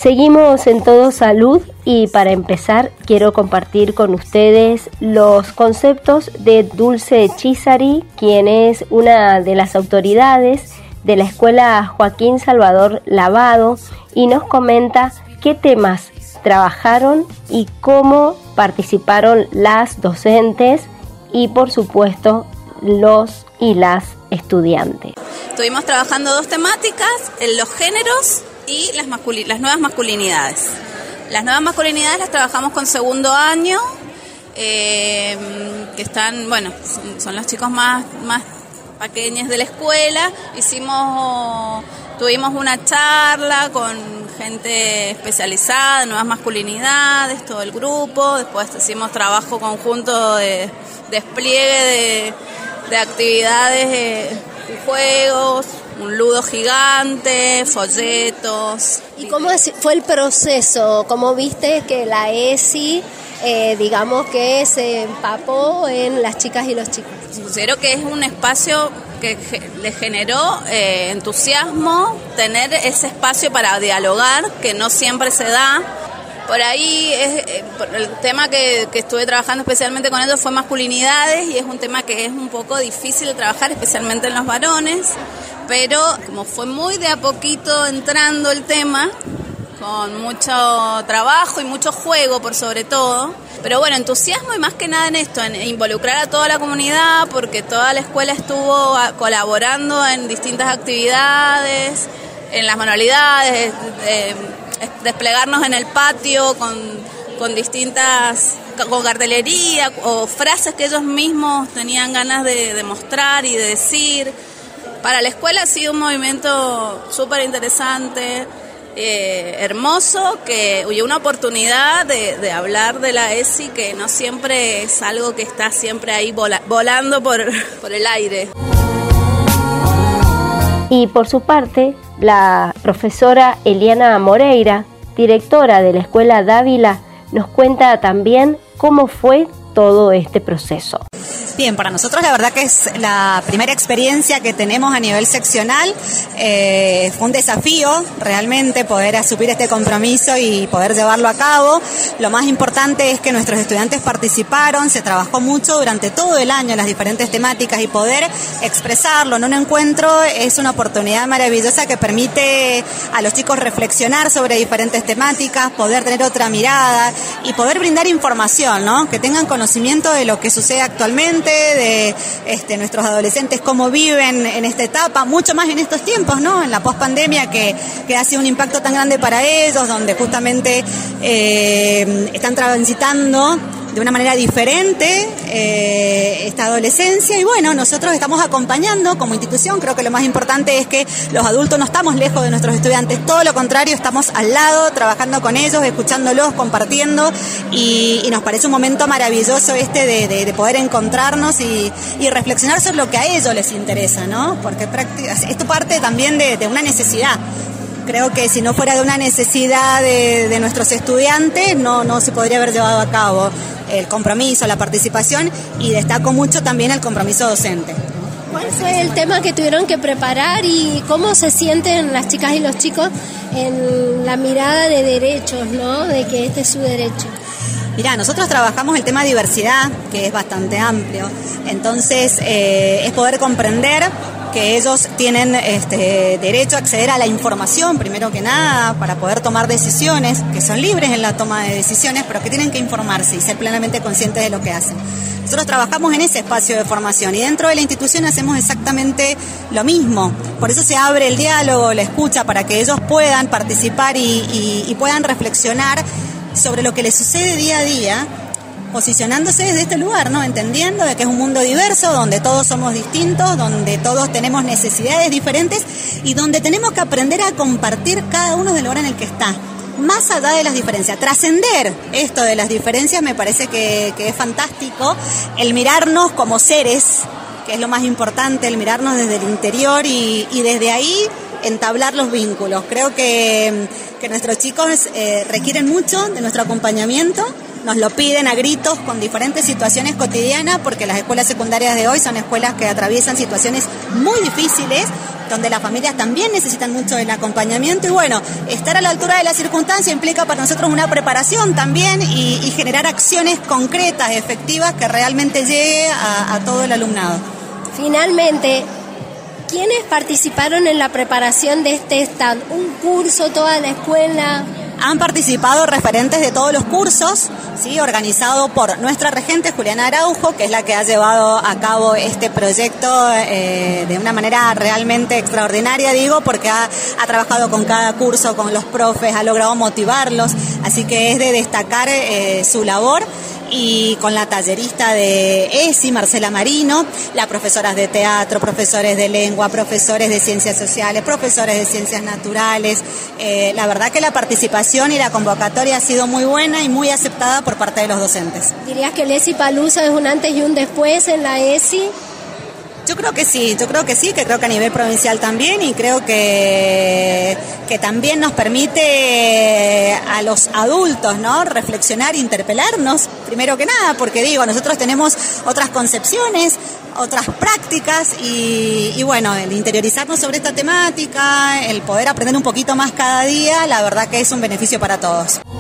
Seguimos en Todo Salud y para empezar quiero compartir con ustedes los conceptos de Dulce Chisari, quien es una de las autoridades de la Escuela Joaquín Salvador Lavado, y nos comenta qué temas trabajaron y cómo participaron las docentes y por supuesto los y las estudiantes. Estuvimos trabajando dos temáticas, los géneros y las nuevas masculinidades. Las nuevas masculinidades las trabajamos con segundo año, que están, son los chicos más pequeños de la escuela. Tuvimos una charla con gente especializada en nuevas masculinidades, todo el grupo. Después hicimos trabajo conjunto de despliegue de actividades, juegos, un ludo gigante, folletos. ¿Y cómo fue el proceso? ¿Cómo viste que la ESI, digamos que se empapó en las chicas y los chicos? Considero que es un espacio que le generó entusiasmo, tener ese espacio para dialogar, que no siempre se da. Por ahí el tema que estuve trabajando especialmente con ellos fue masculinidades, y es un tema que es un poco difícil de trabajar, especialmente en los varones, pero como fue muy de a poquito entrando el tema, con mucho trabajo y mucho juego por sobre todo, pero bueno, entusiasmo y más que nada en esto, en involucrar a toda la comunidad, porque toda la escuela estuvo colaborando en distintas actividades, en las manualidades, desplegarnos en el patio con distintas, con cartelería o frases que ellos mismos tenían ganas de mostrar y de decir. Para la escuela ha sido un movimiento súper interesante, hermoso, y una oportunidad de hablar de la ESI, que no siempre es algo que está siempre ahí volando por el aire. Y por su parte, la profesora Eliana Moreira, directora de la Escuela Dávila, nos cuenta también cómo fue todo este proceso. Bien, para nosotros la verdad que es la primera experiencia que tenemos a nivel seccional. Fue un desafío realmente poder asumir este compromiso y poder llevarlo a cabo. Lo más importante es que nuestros estudiantes participaron, se trabajó mucho durante todo el año en las diferentes temáticas, y poder expresarlo en un encuentro es una oportunidad maravillosa que permite a los chicos reflexionar sobre diferentes temáticas, poder tener otra mirada y poder brindar información, ¿no? Que tengan conocimiento de lo que sucede actualmente, de nuestros adolescentes, cómo viven en esta etapa, mucho más en estos tiempos, ¿no? En la pospandemia que ha sido un impacto tan grande para ellos, donde justamente están transitando de una manera diferente esta adolescencia, y bueno, nosotros estamos acompañando como institución. Creo que lo más importante es que los adultos no estamos lejos de nuestros estudiantes, todo lo contrario, estamos al lado, trabajando con ellos, escuchándolos, compartiendo, y nos parece un momento maravilloso de poder encontrarnos y reflexionar sobre lo que a ellos les interesa, ¿no? Porque esto parte también de una necesidad. Creo que si no fuera de una necesidad de nuestros estudiantes, no se podría haber llevado a cabo el compromiso, la participación, y destaco mucho también el compromiso docente. ¿Cuál fue el tema que tuvieron que preparar y cómo se sienten las chicas y los chicos en la mirada de derechos, ¿no? De que este es su derecho. Mirá, nosotros trabajamos el tema diversidad, que es bastante amplio. Entonces, es poder comprender que ellos tienen derecho a acceder a la información, primero que nada, para poder tomar decisiones, que son libres en la toma de decisiones, pero que tienen que informarse y ser plenamente conscientes de lo que hacen. Nosotros trabajamos en ese espacio de formación, y dentro de la institución hacemos exactamente lo mismo. Por eso se abre el diálogo, la escucha, para que ellos puedan participar y puedan reflexionar sobre lo que les sucede día a día, posicionándose desde este lugar, ¿no? Entendiendo de que es un mundo diverso, donde todos somos distintos, donde todos tenemos necesidades diferentes, y donde tenemos que aprender a compartir cada uno del lugar en el que está, más allá de las diferencias. Trascender esto de las diferencias me parece que es fantástico, el mirarnos como seres, que es lo más importante, el mirarnos desde el interior y desde ahí entablar los vínculos. Creo que nuestros chicos requieren mucho de nuestro acompañamiento, nos lo piden a gritos con diferentes situaciones cotidianas, porque las escuelas secundarias de hoy son escuelas que atraviesan situaciones muy difíciles, donde las familias también necesitan mucho del acompañamiento y bueno, estar a la altura de la circunstancia implica para nosotros una preparación también y generar acciones concretas, efectivas, que realmente llegue a todo el alumnado. Finalmente, ¿quiénes participaron en la preparación de este stand? ¿Un curso, toda la escuela? Han participado referentes de todos los cursos, ¿sí? Organizado por nuestra regente Juliana Araujo, que es la que ha llevado a cabo este proyecto de una manera realmente extraordinaria, digo, porque ha trabajado con cada curso, con los profes, ha logrado motivarlos, así que es de destacar su labor. Y con la tallerista de ESI, Marcela Marino, las profesoras de teatro, profesores de lengua, profesores de ciencias sociales, profesores de ciencias naturales. La verdad que la participación y la convocatoria ha sido muy buena y muy aceptada por parte de los docentes. ¿Dirías que el ESI Palusa es un antes y un después en la ESI? Yo creo que sí, que creo que a nivel provincial también y creo que también nos permite a los adultos, ¿no?, reflexionar, interpelarnos, primero que nada, porque digo, nosotros tenemos otras concepciones, otras prácticas y bueno, el interiorizarnos sobre esta temática, el poder aprender un poquito más cada día, la verdad que es un beneficio para todos.